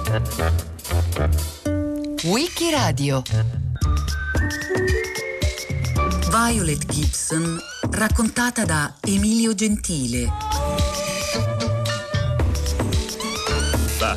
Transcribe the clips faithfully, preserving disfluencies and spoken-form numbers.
Wikiradio. Violet Gibson, raccontata da Emilio Gentile. Va.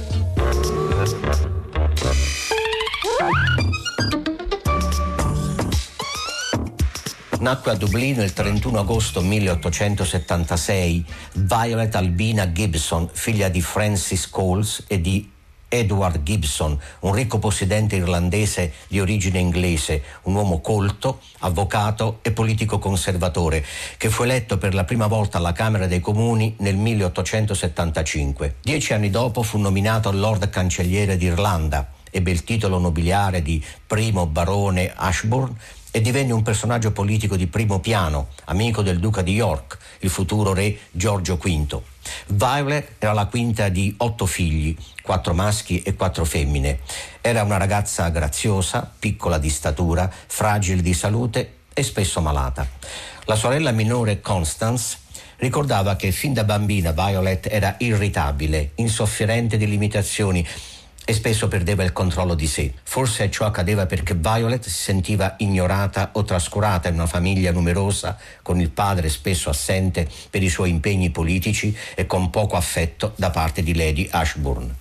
Nacque a Dublino il trentuno agosto milleottocentosettantasei Violet Albina Gibson, figlia di Francis Coles e di Edward Gibson, un ricco possidente irlandese di origine inglese, un uomo colto, avvocato e politico conservatore, che fu eletto per la prima volta alla Camera dei Comuni nel milleottocentosettantacinque. Dieci anni dopo fu nominato Lord Cancelliere d'Irlanda, ebbe il titolo nobiliare di primo barone Ashbourne e divenne un personaggio politico di primo piano, amico del duca di York, il futuro re Giorgio quinto. Violet era la quinta di otto figli, quattro maschi e quattro femmine. Era una ragazza graziosa, piccola di statura, fragile di salute e spesso malata. La sorella minore Constance ricordava che fin da bambina Violet era irritabile, insofferente di limitazioni e spesso perdeva il controllo di sé. Forse ciò accadeva perché Violet si sentiva ignorata o trascurata in una famiglia numerosa, con il padre spesso assente per i suoi impegni politici e con poco affetto da parte di Lady Ashbourne.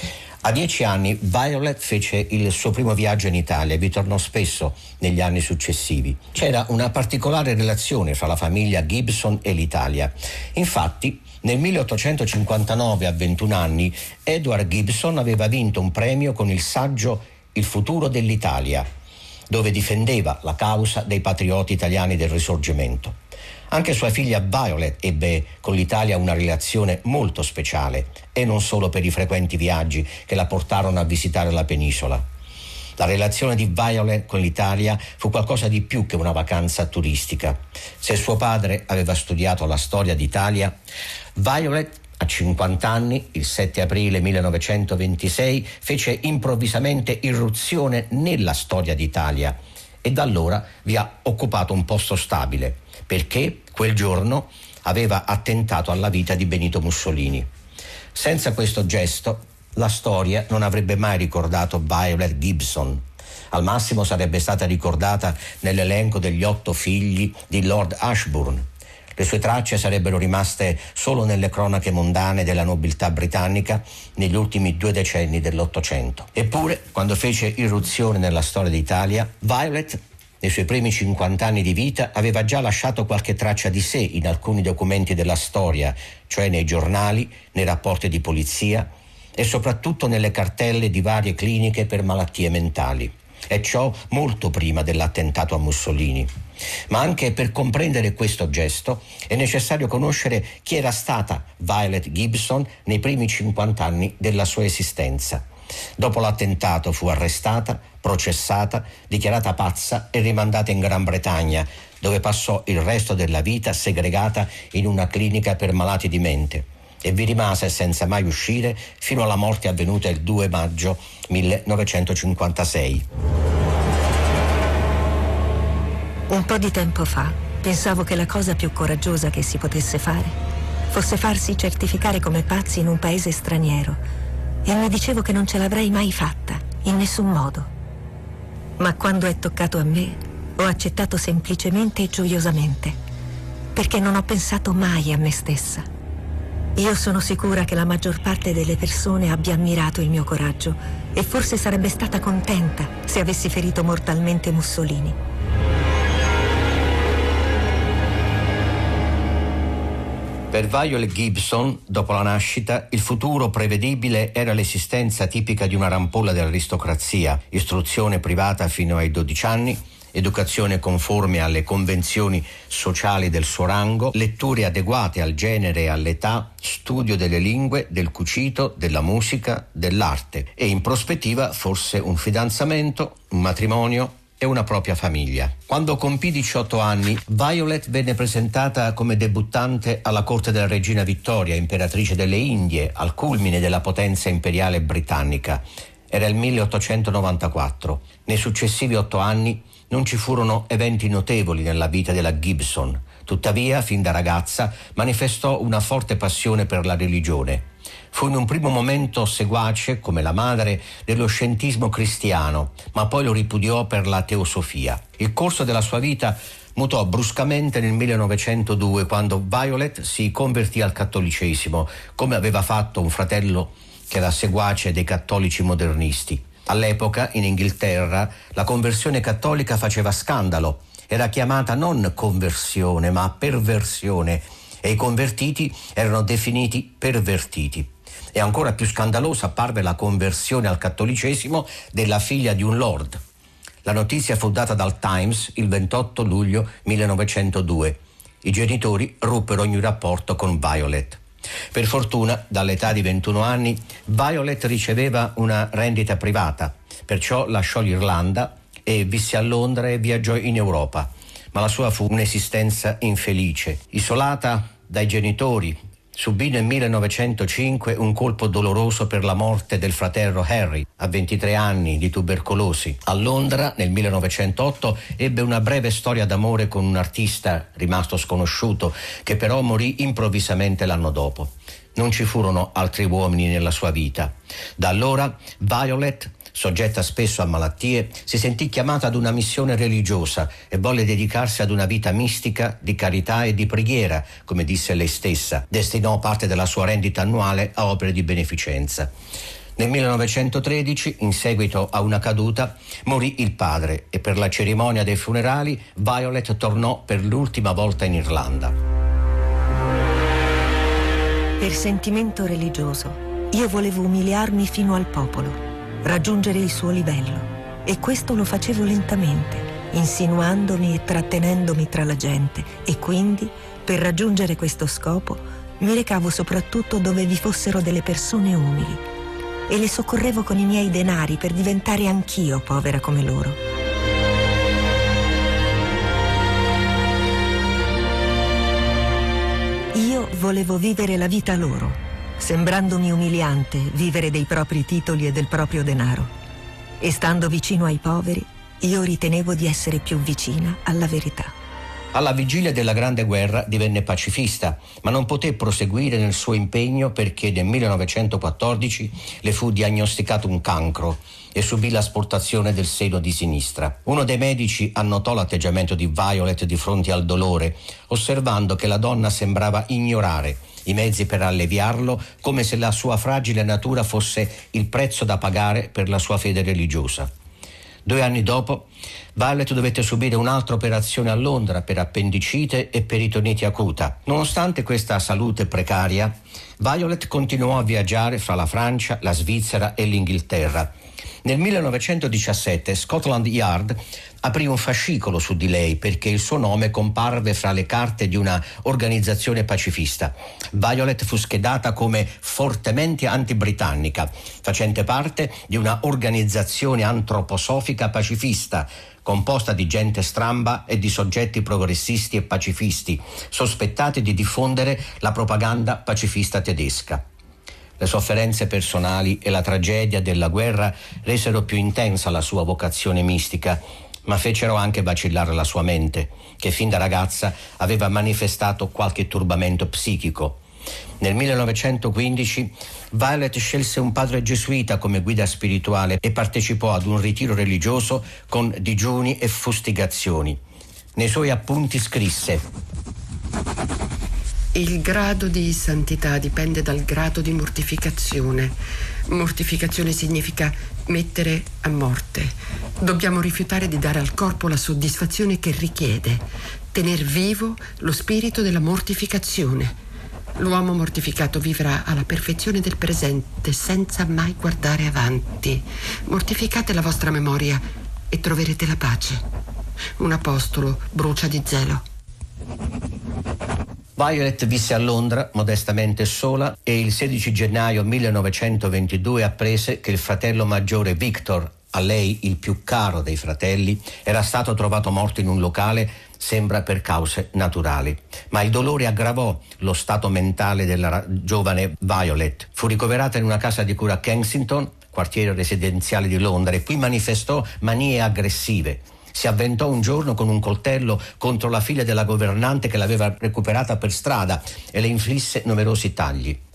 A dieci anni Violet fece il suo primo viaggio in Italia e vi tornò spesso negli anni successivi. C'era una particolare relazione fra la famiglia Gibson e l'Italia. Infatti, nel milleottocentocinquantanove, a ventuno anni, Edward Gibson aveva vinto un premio con il saggio Il futuro dell'Italia, dove difendeva la causa dei patrioti italiani del Risorgimento. Anche sua figlia Violet ebbe con l'Italia una relazione molto speciale, e non solo per i frequenti viaggi che la portarono a visitare la penisola. La relazione di Violet con l'Italia fu qualcosa di più che una vacanza turistica. Se suo padre aveva studiato la storia d'Italia, Violet a cinquanta anni, il sette aprile millenovecentoventisei, fece improvvisamente irruzione nella storia d'Italia e da allora vi ha occupato un posto stabile, perché quel giorno aveva attentato alla vita di Benito Mussolini. Senza questo gesto, la storia non avrebbe mai ricordato Violet Gibson. Al massimo sarebbe stata ricordata nell'elenco degli otto figli di Lord Ashbourne. Le sue tracce sarebbero rimaste solo nelle cronache mondane della nobiltà britannica negli ultimi due decenni dell'Ottocento. Eppure, quando fece irruzione nella storia d'Italia, Violet, nei suoi primi cinquanta anni di vita, aveva già lasciato qualche traccia di sé in alcuni documenti della storia, cioè nei giornali, nei rapporti di polizia e soprattutto nelle cartelle di varie cliniche per malattie mentali. E ciò molto prima dell'attentato a Mussolini. Ma anche per comprendere questo gesto è necessario conoscere chi era stata Violet Gibson nei primi cinquanta anni della sua esistenza. Dopo l'attentato fu arrestata, processata, dichiarata pazza e rimandata in Gran Bretagna, dove passò il resto della vita segregata in una clinica per malati di mente, e vi rimase senza mai uscire fino alla morte avvenuta il due maggio millenovecentocinquantasei. Un po' di tempo fa pensavo che la cosa più coraggiosa che si potesse fare fosse farsi certificare come pazzi in un paese straniero, e mi dicevo che non ce l'avrei mai fatta, in nessun modo. Ma quando è toccato a me, ho accettato semplicemente e gioiosamente, perché non ho pensato mai a me stessa. Io sono sicura che la maggior parte delle persone abbia ammirato il mio coraggio e forse sarebbe stata contenta se avessi ferito mortalmente Mussolini. Per Violet Gibson, dopo la nascita, il futuro prevedibile era l'esistenza tipica di una rampolla dell'aristocrazia, istruzione privata fino ai dodici anni, educazione conforme alle convenzioni sociali del suo rango, letture adeguate al genere e all'età, studio delle lingue, del cucito, della musica, dell'arte e in prospettiva forse un fidanzamento, un matrimonio e una propria famiglia. Quando compì diciotto anni, Violet venne presentata come debuttante alla corte della regina Vittoria, imperatrice delle Indie, al culmine della potenza imperiale britannica. Era il milleottocentonovantaquattro. Nei successivi otto anni non ci furono eventi notevoli nella vita della Gibson. Tuttavia, fin da ragazza, manifestò una forte passione per la religione. Fu in un primo momento seguace, come la madre, dello scientismo cristiano, ma poi lo ripudiò per la teosofia. Il corso della sua vita mutò bruscamente nel millenovecentodue, quando Violet si convertì al cattolicesimo, come aveva fatto un fratello che era seguace dei cattolici modernisti. All'epoca, in Inghilterra, la conversione cattolica faceva scandalo. Era chiamata non conversione, ma perversione, e i convertiti erano definiti pervertiti. E ancora più scandalosa apparve la conversione al cattolicesimo della figlia di un lord. La notizia fu data dal Times il ventotto luglio millenovecentodue. I genitori ruppero ogni rapporto con Violet. Per fortuna, dall'età di ventuno anni, Violet riceveva una rendita privata, perciò lasciò l'Irlanda e visse a Londra e viaggiò in Europa. Ma la sua fu un'esistenza infelice. Isolata dai genitori, subì nel millenovecentocinque un colpo doloroso per la morte del fratello Harry, a ventitré anni, di tubercolosi. A Londra, nel millenovecentootto, ebbe una breve storia d'amore con un artista rimasto sconosciuto, che però morì improvvisamente l'anno dopo. Non ci furono altri uomini nella sua vita. Da allora Violet, soggetta spesso a malattie, si sentì chiamata ad una missione religiosa e volle dedicarsi ad una vita mistica di carità e di preghiera, come disse lei stessa. Destinò parte della sua rendita annuale a opere di beneficenza. Nel millenovecentotredici, in seguito a una caduta, morì il padre e per la cerimonia dei funerali Violet tornò per l'ultima volta in Irlanda. Per sentimento religioso, io volevo umiliarmi fino al popolo, raggiungere il suo livello, e questo lo facevo lentamente, insinuandomi e trattenendomi tra la gente, e quindi, per raggiungere questo scopo, mi recavo soprattutto dove vi fossero delle persone umili e le soccorrevo con i miei denari per diventare anch'io povera come loro. Io volevo vivere la vita loro, sembrandomi umiliante vivere dei propri titoli e del proprio denaro. E stando vicino ai poveri, io ritenevo di essere più vicina alla verità. Alla vigilia della Grande Guerra divenne pacifista, ma non poté proseguire nel suo impegno perché nel millenovecentoquattordici le fu diagnosticato un cancro e subì l'asportazione del seno di sinistra. Uno dei medici annotò l'atteggiamento di Violet di fronte al dolore, osservando che la donna sembrava ignorare i mezzi per alleviarlo, come se la sua fragile natura fosse il prezzo da pagare per la sua fede religiosa. Due anni dopo, Violet dovette subire un'altra operazione a Londra per appendicite e peritonite acuta. Nonostante questa salute precaria, Violet continuò a viaggiare fra la Francia, la Svizzera e l'Inghilterra. Nel millenovecentodiciassette Scotland Yard aprì un fascicolo su di lei perché il suo nome comparve fra le carte di una organizzazione pacifista. Violet fu schedata come fortemente antibritannica, facente parte di una organizzazione antroposofica pacifista, composta di gente stramba e di soggetti progressisti e pacifisti, sospettati di diffondere la propaganda pacifista tedesca. Le sofferenze personali e la tragedia della guerra resero più intensa la sua vocazione mistica, ma fecero anche vacillare la sua mente, che fin da ragazza aveva manifestato qualche turbamento psichico. Nel millenovecentoquindici Violet scelse un padre gesuita come guida spirituale e partecipò ad un ritiro religioso con digiuni e fustigazioni. Nei suoi appunti scrisse: il grado di santità dipende dal grado di mortificazione. Mortificazione significa mettere a morte. Dobbiamo rifiutare di dare al corpo la soddisfazione che richiede, tener vivo lo spirito della mortificazione. L'uomo mortificato vivrà alla perfezione del presente senza mai guardare avanti. Mortificate la vostra memoria e troverete la pace. Un apostolo brucia di zelo. Violet visse a Londra, modestamente sola, e il sedici gennaio millenovecentoventidue apprese che il fratello maggiore Victor, a lei il più caro dei fratelli, era stato trovato morto in un locale, sembra per cause naturali. Ma il dolore aggravò lo stato mentale della giovane Violet. Fu ricoverata in una casa di cura a Kensington, quartiere residenziale di Londra, e qui manifestò manie aggressive. Si avventò un giorno con un coltello contro la figlia della governante che l'aveva recuperata per strada e le inflisse numerosi tagli.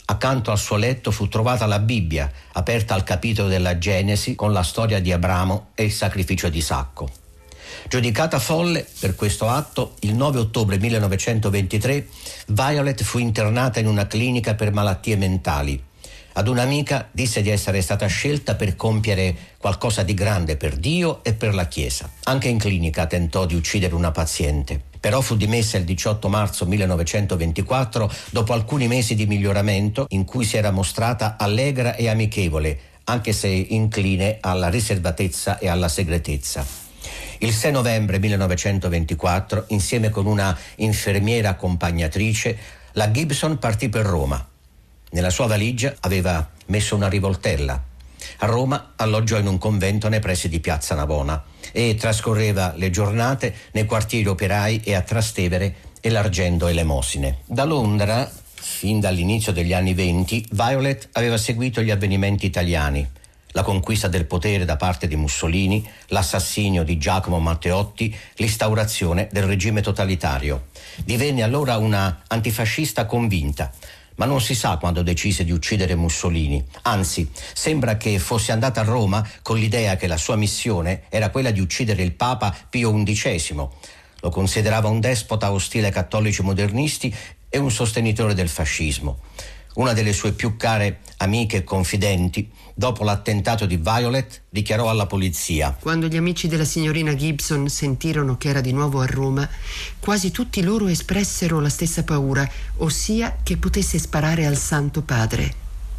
Accanto al suo letto fu trovata la Bibbia, aperta al capitolo della Genesi con la storia di Abramo e il sacrificio di Isacco. Giudicata folle per questo atto, il nove ottobre millenovecentoventitré Violet fu internata in una clinica per malattie mentali. Ad un'amica disse di essere stata scelta per compiere qualcosa di grande per Dio e per la Chiesa. Anche in clinica tentò di uccidere una paziente. Però fu dimessa il diciotto marzo millenovecentoventiquattro dopo alcuni mesi di miglioramento in cui si era mostrata allegra e amichevole, anche se incline alla riservatezza e alla segretezza. Il sei novembre millenovecentoventiquattro, insieme con una infermiera accompagnatrice, la Gibson partì per Roma. Nella sua valigia aveva messo una rivoltella. A Roma alloggiò in un convento nei pressi di Piazza Navona e trascorreva le giornate nei quartieri operai e a Trastevere elargendo elemosine. Da Londra, fin dall'inizio degli anni venti, Violet aveva seguito gli avvenimenti italiani, la conquista del potere da parte di Mussolini, l'assassinio di Giacomo Matteotti, l'instaurazione del regime totalitario. Divenne allora una antifascista convinta, ma non si sa quando decise di uccidere Mussolini. Anzi, sembra che fosse andata a Roma con l'idea che la sua missione era quella di uccidere il Papa Pio undicesimo. Lo considerava un despota ostile ai cattolici modernisti e un sostenitore del fascismo. Una delle sue più care amiche e confidenti, dopo l'attentato di Violet, dichiarò alla polizia: quando gli amici della signorina Gibson sentirono che era di nuovo a Roma, quasi tutti loro espressero la stessa paura, ossia che potesse sparare al Santo Padre.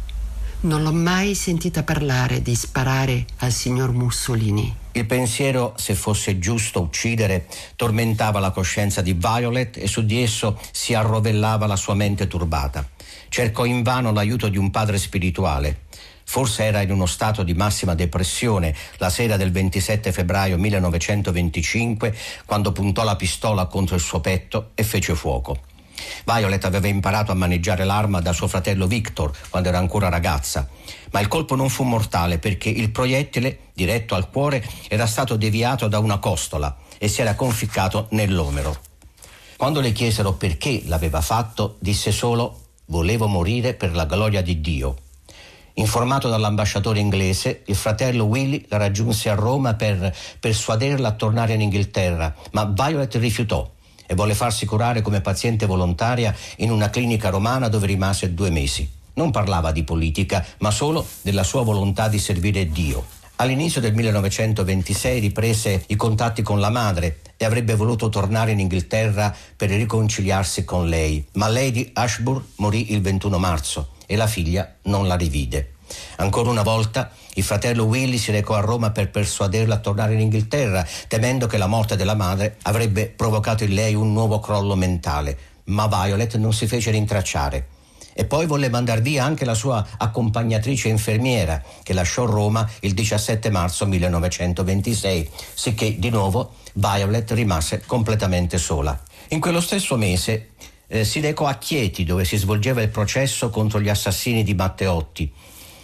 Non l'ho mai sentita parlare di sparare al signor Mussolini. Il pensiero, se fosse giusto uccidere, tormentava la coscienza di Violet e su di esso si arrovellava la sua mente turbata. Cercò invano l'aiuto di un padre spirituale. Forse era in uno stato di massima depressione la sera del ventisette febbraio millenovecentoventicinque, quando puntò la pistola contro il suo petto e fece fuoco. Violet aveva imparato a maneggiare l'arma da suo fratello Victor quando era ancora ragazza, ma il colpo non fu mortale perché il proiettile, diretto al cuore, era stato deviato da una costola e si era conficcato nell'omero. Quando le chiesero perché l'aveva fatto, disse solo: volevo morire per la gloria di Dio. Informato dall'ambasciatore inglese, il fratello Willy la raggiunse a Roma per persuaderla a tornare in Inghilterra, ma Violet rifiutò e volle farsi curare come paziente volontaria in una clinica romana dove rimase due mesi. Non parlava di politica, ma solo della sua volontà di servire Dio. All'inizio del millenovecentoventisei riprese i contatti con la madre e avrebbe voluto tornare in Inghilterra per riconciliarsi con lei, ma Lady Ashburn morì il ventuno marzo e la figlia non la rivide. Ancora una volta il fratello Willy si recò a Roma per persuaderla a tornare in Inghilterra, temendo che la morte della madre avrebbe provocato in lei un nuovo crollo mentale, ma Violet non si fece rintracciare. E poi volle mandar via anche la sua accompagnatrice infermiera, che lasciò Roma il diciassette marzo millenovecentoventisei, sicché di nuovo Violet rimase completamente sola. In quello stesso mese eh, si recò a Chieti, dove si svolgeva il processo contro gli assassini di Matteotti,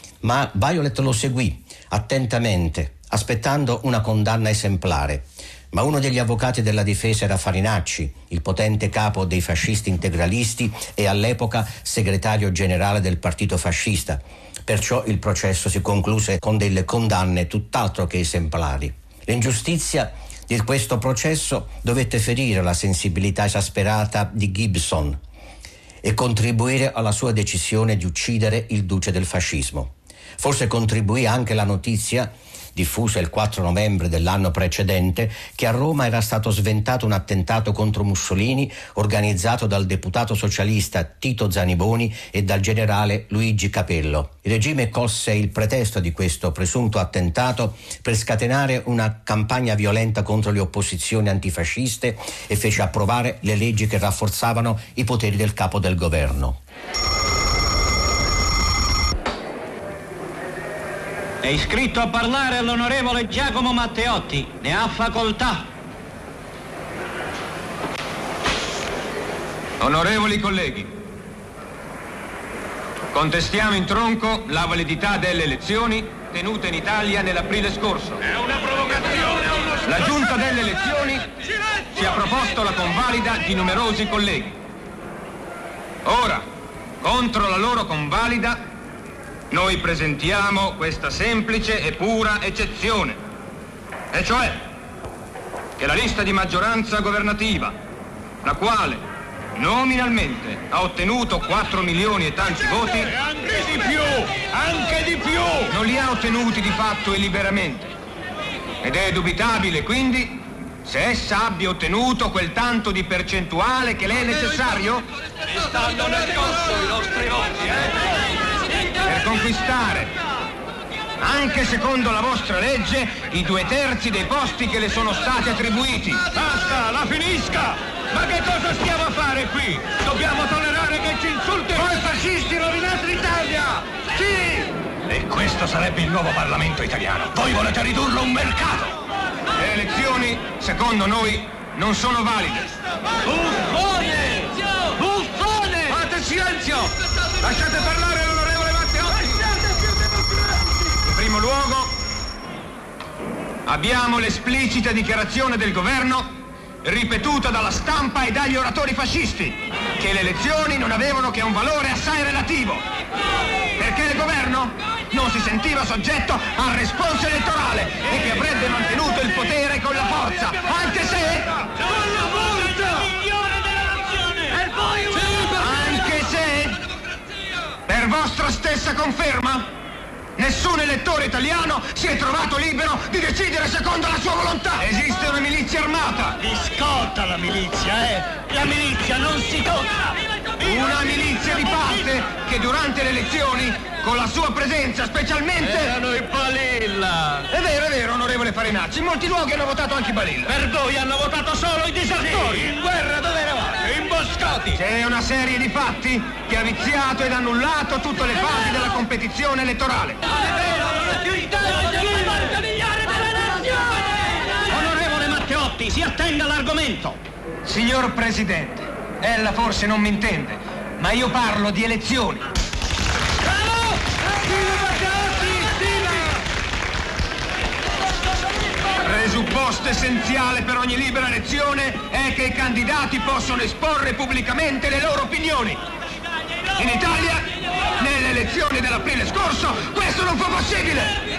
ma Violet lo seguì attentamente, aspettando una condanna esemplare. Ma uno degli avvocati della difesa era Farinacci, il potente capo dei fascisti integralisti e all'epoca segretario generale del partito fascista. Perciò il processo si concluse con delle condanne tutt'altro che esemplari. L'ingiustizia di questo processo dovette ferire la sensibilità esasperata di Gibson e contribuire alla sua decisione di uccidere il duce del fascismo. Forse contribuì anche la notizia, diffusa il quattro novembre dell'anno precedente, che a Roma era stato sventato un attentato contro Mussolini organizzato dal deputato socialista Tito Zaniboni e dal generale Luigi Capello. Il regime colse il pretesto di questo presunto attentato per scatenare una campagna violenta contro le opposizioni antifasciste e fece approvare le leggi che rafforzavano i poteri del capo del governo. È iscritto a parlare l'onorevole Giacomo Matteotti. Ne ha facoltà. Onorevoli colleghi, contestiamo in tronco la validità delle elezioni tenute in Italia nell'aprile scorso. È una provocazione a uno La Giunta delle elezioni ci ha proposto la convalida di numerosi colleghi. Ora, contro la loro convalida, noi presentiamo questa semplice e pura eccezione, e cioè che la lista di maggioranza governativa, la quale nominalmente ha ottenuto quattro milioni e tanti voti, e anche di più, anche di più, non li ha ottenuti di fatto e liberamente. Ed è dubitabile quindi se essa abbia ottenuto quel tanto di percentuale che le è necessario stanno nel corso i nostri voti, eh? per conquistare, anche secondo la vostra legge, i due terzi dei posti che le sono stati attribuiti. Basta, la finisca! Ma che cosa stiamo a fare qui? Dobbiamo tollerare che ci insultino? Voi fascisti rovinate l'Italia! Sì! E questo sarebbe il nuovo Parlamento italiano. Voi volete ridurlo a un mercato! Le elezioni, secondo noi, non sono valide. Buffone! Buffone! Fate silenzio! Lasciate parlare l'onorevole Matteotti! In primo luogo, abbiamo l'esplicita dichiarazione del governo, ripetuta dalla stampa e dagli oratori fascisti, che le elezioni non avevano che un valore assai relativo, perché il governo non si sentiva soggetto al responso elettorale e che avrebbe mantenuto il potere con la forza, anche se... Con la forza! Il migliore della nazione! E voi... Anche se... Per vostra stessa conferma, nessun elettore italiano si è trovato libero di decidere secondo la sua volontà. Esiste una milizia armata. Biscotta la milizia, eh! La milizia non si tocca! Una milizia di parte che durante le elezioni, con la sua presenza specialmente... Erano i Balilla! È vero, è vero, onorevole Farinacci, in molti luoghi hanno votato anche i Balilla. Per voi hanno votato solo i disertori! Sì, in guerra dove eravate? Imboscati! C'è una serie di fatti che ha viziato ed annullato tutte le fasi della competizione elettorale. Onorevole Matteotti, si attenga all'argomento. Signor Presidente, ella forse non mi intende, ma io parlo di elezioni. Presupposto essenziale per ogni libera elezione è che i candidati possono esporre pubblicamente le loro opinioni. In Italia, nelle elezioni dell'aprile scorso, questo non fu possibile.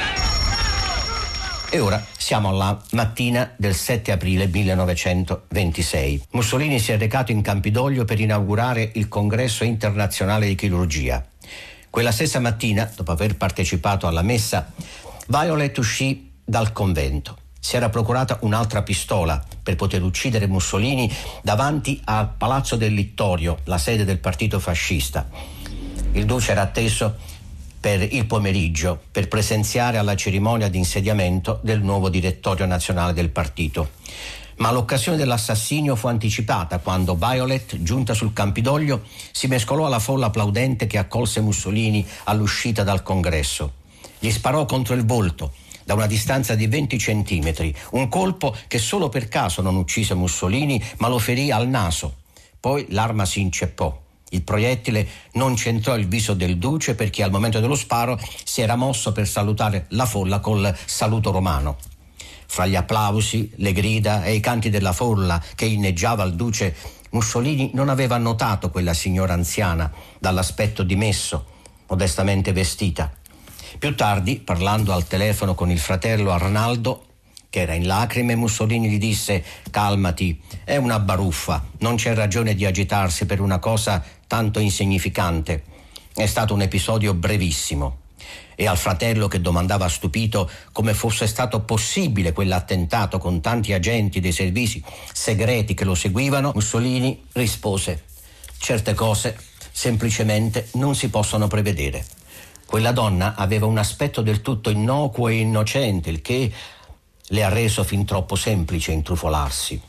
E ora siamo alla mattina del sette aprile millenovecentoventisei. Mussolini si è recato in Campidoglio per inaugurare il Congresso internazionale di chirurgia. Quella stessa mattina, dopo aver partecipato alla messa, Violet uscì dal convento. Si era procurata un'altra pistola per poter uccidere Mussolini davanti al Palazzo del Littorio, la sede del partito fascista. Il duce era atteso per il pomeriggio per presenziare alla cerimonia di insediamento del nuovo direttorio nazionale del partito. Ma l'occasione dell'assassinio fu anticipata quando Violet, giunta sul Campidoglio, si mescolò alla folla applaudente che accolse Mussolini all'uscita dal congresso. Gli sparò contro il volto da una distanza di venti centimetri, un colpo che solo per caso non uccise Mussolini, ma lo ferì al naso. Poi l'arma si inceppò. Il proiettile non centrò il viso del duce perché al momento dello sparo si era mosso per salutare la folla col saluto romano. Fra gli applausi, le grida e i canti della folla che inneggiava al duce, Mussolini non aveva notato quella signora anziana dall'aspetto dimesso, modestamente vestita. Più tardi, parlando al telefono con il fratello Arnaldo, che era in lacrime, Mussolini gli disse: «Calmati, è una baruffa, non c'è ragione di agitarsi per una cosa tanto insignificante. È stato un episodio brevissimo». E al fratello, che domandava stupito come fosse stato possibile quell'attentato con tanti agenti dei servizi segreti che lo seguivano, Mussolini rispose: «Certe cose semplicemente non si possono prevedere». Quella donna aveva un aspetto del tutto innocuo e innocente, il che le ha reso fin troppo semplice intrufolarsi.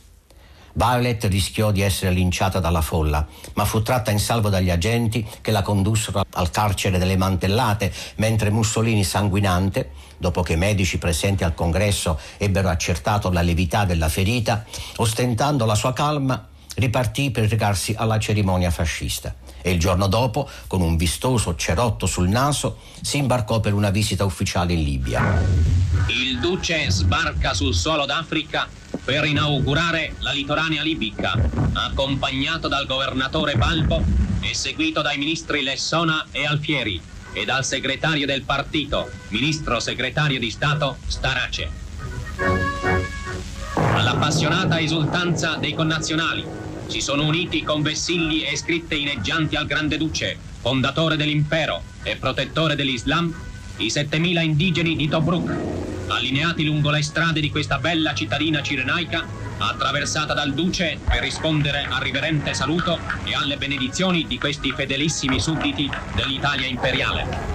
Violet rischiò di essere linciata dalla folla, ma fu tratta in salvo dagli agenti che la condussero al carcere delle Mantellate, mentre Mussolini, sanguinante, dopo che i medici presenti al congresso ebbero accertato la lievità della ferita, ostentando la sua calma, ripartì per recarsi alla cerimonia fascista. E il giorno dopo, con un vistoso cerotto sul naso, si imbarcò per una visita ufficiale in Libia. Il duce sbarca sul suolo d'Africa per inaugurare la litoranea libica, accompagnato dal governatore Balbo è seguito dai ministri Lessona e Alfieri e dal segretario del partito, ministro segretario di Stato Starace. All'appassionata esultanza dei connazionali si sono uniti con vessilli e scritte inneggianti al Grande Duce, fondatore dell'impero e protettore dell'Islam, i settemila indigeni di Tobruk, allineati lungo le strade di questa bella cittadina cirenaica, attraversata dal Duce per rispondere al riverente saluto e alle benedizioni di questi fedelissimi sudditi dell'Italia imperiale.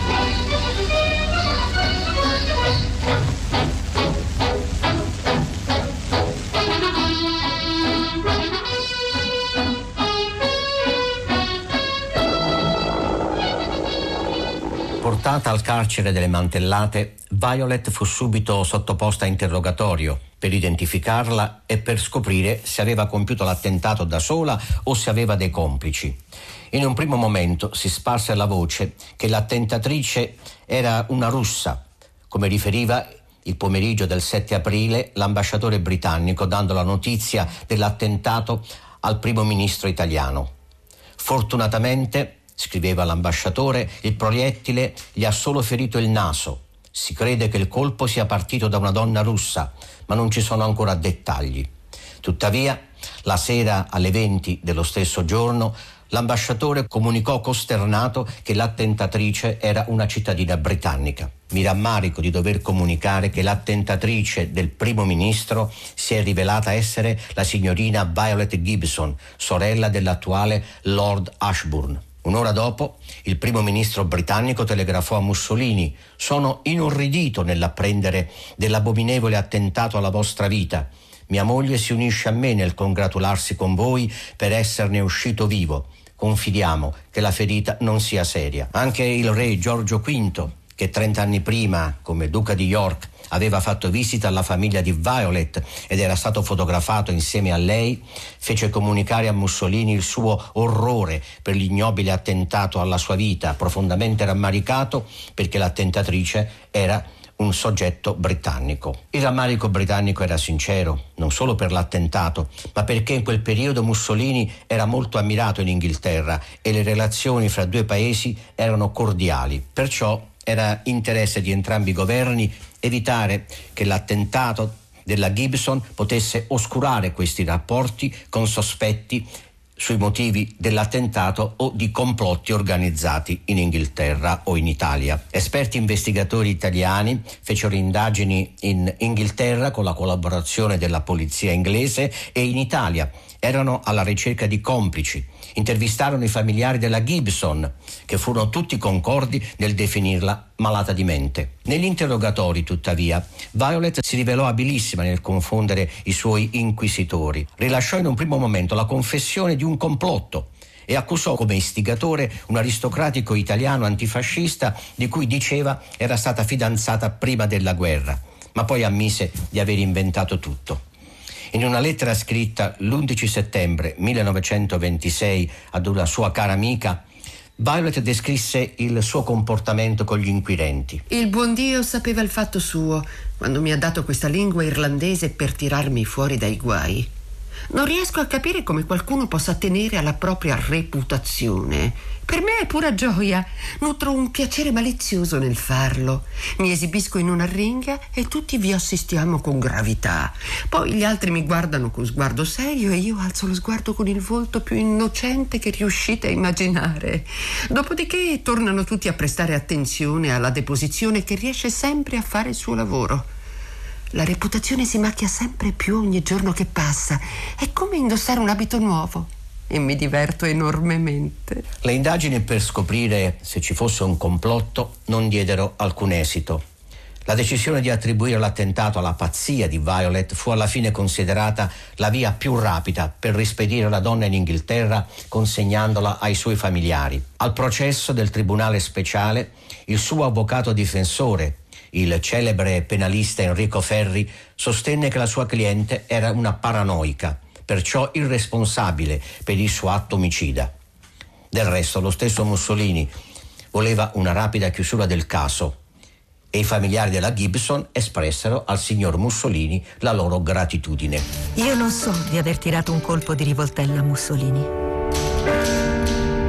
Portata al carcere delle Mantellate, Violet fu subito sottoposta a interrogatorio per identificarla e per scoprire se aveva compiuto l'attentato da sola o se aveva dei complici. In un primo momento si sparse la voce che l'attentatrice era una russa, come riferiva il pomeriggio del sette aprile l'ambasciatore britannico dando la notizia dell'attentato al primo ministro italiano. Fortunatamente, scriveva l'ambasciatore, il proiettile gli ha solo ferito il naso. Si crede che il colpo sia partito da una donna russa, ma non ci sono ancora dettagli. Tuttavia, la sera alle venti dello stesso giorno, l'ambasciatore comunicò costernato che l'attentatrice era una cittadina britannica. Mi rammarico di dover comunicare che l'attentatrice del primo ministro si è rivelata essere la signorina Violet Gibson, sorella dell'attuale Lord Ashburn. Un'ora dopo, il primo ministro britannico telegrafò a Mussolini: «Sono inorridito nell'apprendere dell'abominevole attentato alla vostra vita. Mia moglie si unisce a me nel congratularsi con voi per esserne uscito vivo. Confidiamo che la ferita non sia seria». Anche il re Giorgio quinto, che trent'anni prima, come duca di York, aveva fatto visita alla famiglia di Violet ed era stato fotografato insieme a lei, fece comunicare a Mussolini il suo orrore per l'ignobile attentato alla sua vita, profondamente rammaricato perché l'attentatrice era un soggetto britannico. Il rammarico britannico era sincero, non solo per l'attentato, ma perché in quel periodo Mussolini era molto ammirato in Inghilterra e le relazioni fra due paesi erano cordiali. Perciò era interesse di entrambi i governi evitare che l'attentato della Gibson potesse oscurare questi rapporti con sospetti sui motivi dell'attentato o di complotti organizzati in Inghilterra o in Italia. Esperti investigatori italiani fecero indagini in Inghilterra con la collaborazione della polizia inglese e in Italia. Erano alla ricerca di complici. Intervistarono i familiari della Gibson, che furono tutti concordi nel definirla malata di mente. Negli interrogatori, tuttavia, Violet si rivelò abilissima nel confondere i suoi inquisitori. Rilasciò in un primo momento la confessione di un complotto e accusò come istigatore un aristocratico italiano antifascista di cui diceva era stata fidanzata prima della guerra, ma poi ammise di aver inventato tutto. In una lettera scritta l'undici settembre millenovecentoventisei ad una sua cara amica, Violet descrisse il suo comportamento con gli inquirenti. Il buon Dio sapeva il fatto suo quando mi ha dato questa lingua irlandese per tirarmi fuori dai guai. Non riesco a capire come qualcuno possa tenere alla propria reputazione. Per me è pura gioia. Nutro un piacere malizioso nel farlo. Mi esibisco in una ringa e tutti vi assistiamo con gravità. Poi gli altri mi guardano con sguardo serio e io alzo lo sguardo con il volto più innocente che riuscite a immaginare. Dopodiché tornano tutti a prestare attenzione alla deposizione che riesce sempre a fare il suo lavoro. La reputazione si macchia sempre più ogni giorno che passa. È come indossare un abito nuovo e mi diverto enormemente. Le indagini per scoprire se ci fosse un complotto non diedero alcun esito. La decisione di attribuire l'attentato alla pazzia di Violet fu alla fine considerata la via più rapida per rispedire la donna in Inghilterra consegnandola ai suoi familiari. Al processo del Tribunale Speciale, il suo avvocato difensore, il celebre penalista Enrico Ferri, sostenne che la sua cliente era una paranoica, perciò irresponsabile per il suo atto omicida. Del resto, lo stesso Mussolini voleva una rapida chiusura del caso e i familiari della Gibson espressero al signor Mussolini la loro gratitudine. Io non so di aver tirato un colpo di rivoltella a Mussolini.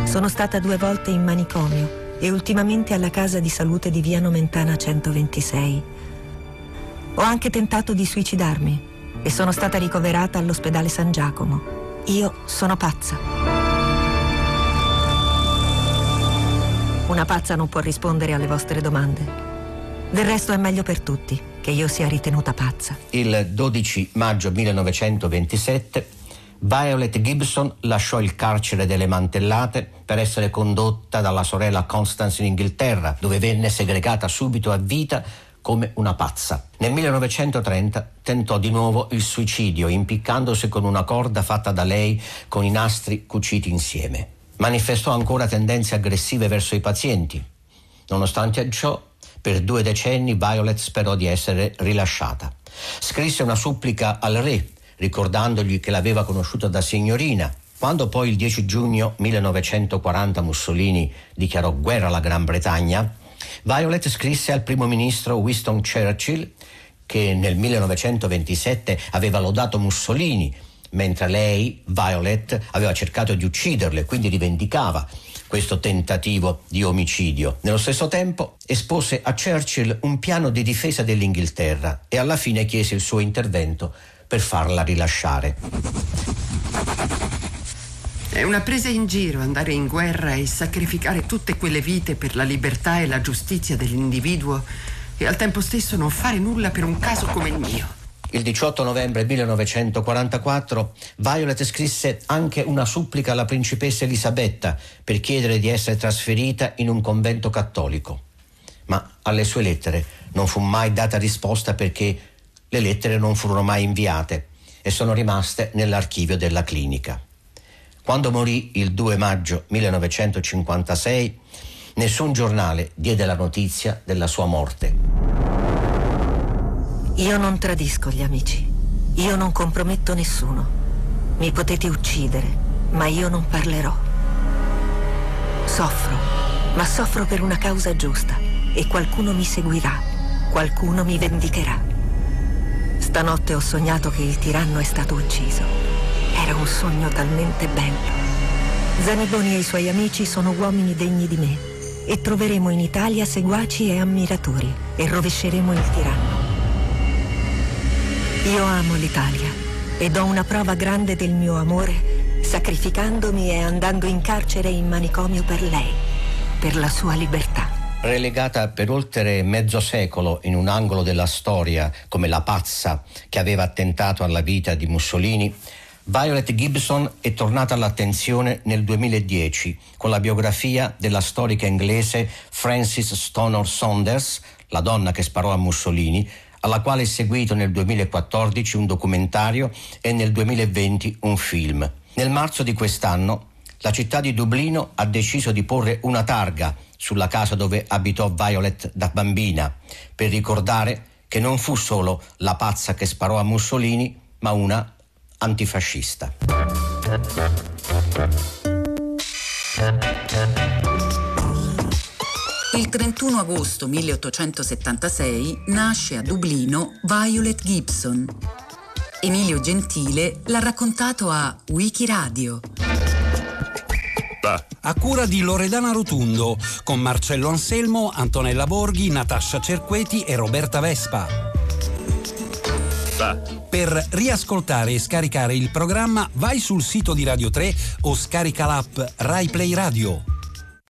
Sono stata due volte in manicomio e ultimamente alla casa di salute di via Nomentana centoventisei. Ho anche tentato di suicidarmi e sono stata ricoverata all'ospedale San Giacomo. Io sono pazza. Una pazza non può rispondere alle vostre domande. Del resto è meglio per tutti che io sia ritenuta pazza. Il dodici maggio millenovecentoventisette Violet Gibson lasciò il carcere delle Mantellate per essere condotta dalla sorella Constance in Inghilterra, dove venne segregata subito a vita come una pazza. Nel millenovecentotrenta tentò di nuovo il suicidio, impiccandosi con una corda fatta da lei con i nastri cuciti insieme. Manifestò ancora tendenze aggressive verso i pazienti. Nonostante ciò, per due decenni Violet sperò di essere rilasciata. Scrisse una supplica al re, ricordandogli che l'aveva conosciuta da signorina. Quando poi il dieci giugno millenovecentoquaranta Mussolini dichiarò guerra alla Gran Bretagna, Violet scrisse al primo ministro Winston Churchill, che nel millenovecentoventisette aveva lodato Mussolini, mentre lei, Violet, aveva cercato di ucciderlo e quindi rivendicava questo tentativo di omicidio. Nello stesso tempo espose a Churchill un piano di difesa dell'Inghilterra e alla fine chiese il suo intervento per farla rilasciare. È una presa in giro andare in guerra e sacrificare tutte quelle vite per la libertà e la giustizia dell'individuo e al tempo stesso non fare nulla per un caso come il mio. Il diciotto novembre millenovecentoquarantaquattro Violet scrisse anche una supplica alla principessa Elisabetta per chiedere di essere trasferita in un convento cattolico. Ma alle sue lettere non fu mai data risposta perché le lettere non furono mai inviate e sono rimaste nell'archivio della clinica. Quando morì il due maggio millenovecentocinquantasei, nessun giornale diede la notizia della sua morte. Io non tradisco gli amici. Io non comprometto nessuno. Mi potete uccidere, ma io non parlerò. Soffro, ma soffro per una causa giusta e qualcuno mi seguirà, qualcuno mi vendicherà. Stanotte ho sognato che il tiranno è stato ucciso. Era un sogno talmente bello. Zaniboni e i suoi amici sono uomini degni di me e troveremo in Italia seguaci e ammiratori e rovesceremo il tiranno. Io amo l'Italia e do una prova grande del mio amore sacrificandomi e andando in carcere e in manicomio per lei, per la sua libertà. Relegata per oltre mezzo secolo in un angolo della storia come la pazza che aveva attentato alla vita di Mussolini, Violet Gibson è tornata all'attenzione nel duemiladieci con la biografia della storica inglese Frances Stonor Saunders, la donna che sparò a Mussolini, alla quale è seguito nel duemilaquattordici un documentario e nel duemilaventi un film. Nel marzo di quest'anno la città di Dublino ha deciso di porre una targa sulla casa dove abitò Violet da bambina, per ricordare che non fu solo la pazza che sparò a Mussolini, ma una antifascista. Il trentuno agosto milleottocentosettantasei nasce a Dublino Violet Gibson. Emilio Gentile l'ha raccontato a Wikiradio. A cura di Loredana Rotundo, con Marcello Anselmo, Antonella Borghi, Natascia Cerqueti e Roberta Vespa. Per riascoltare e scaricare il programma vai sul sito di Radio tre o scarica l'app Rai Play Radio.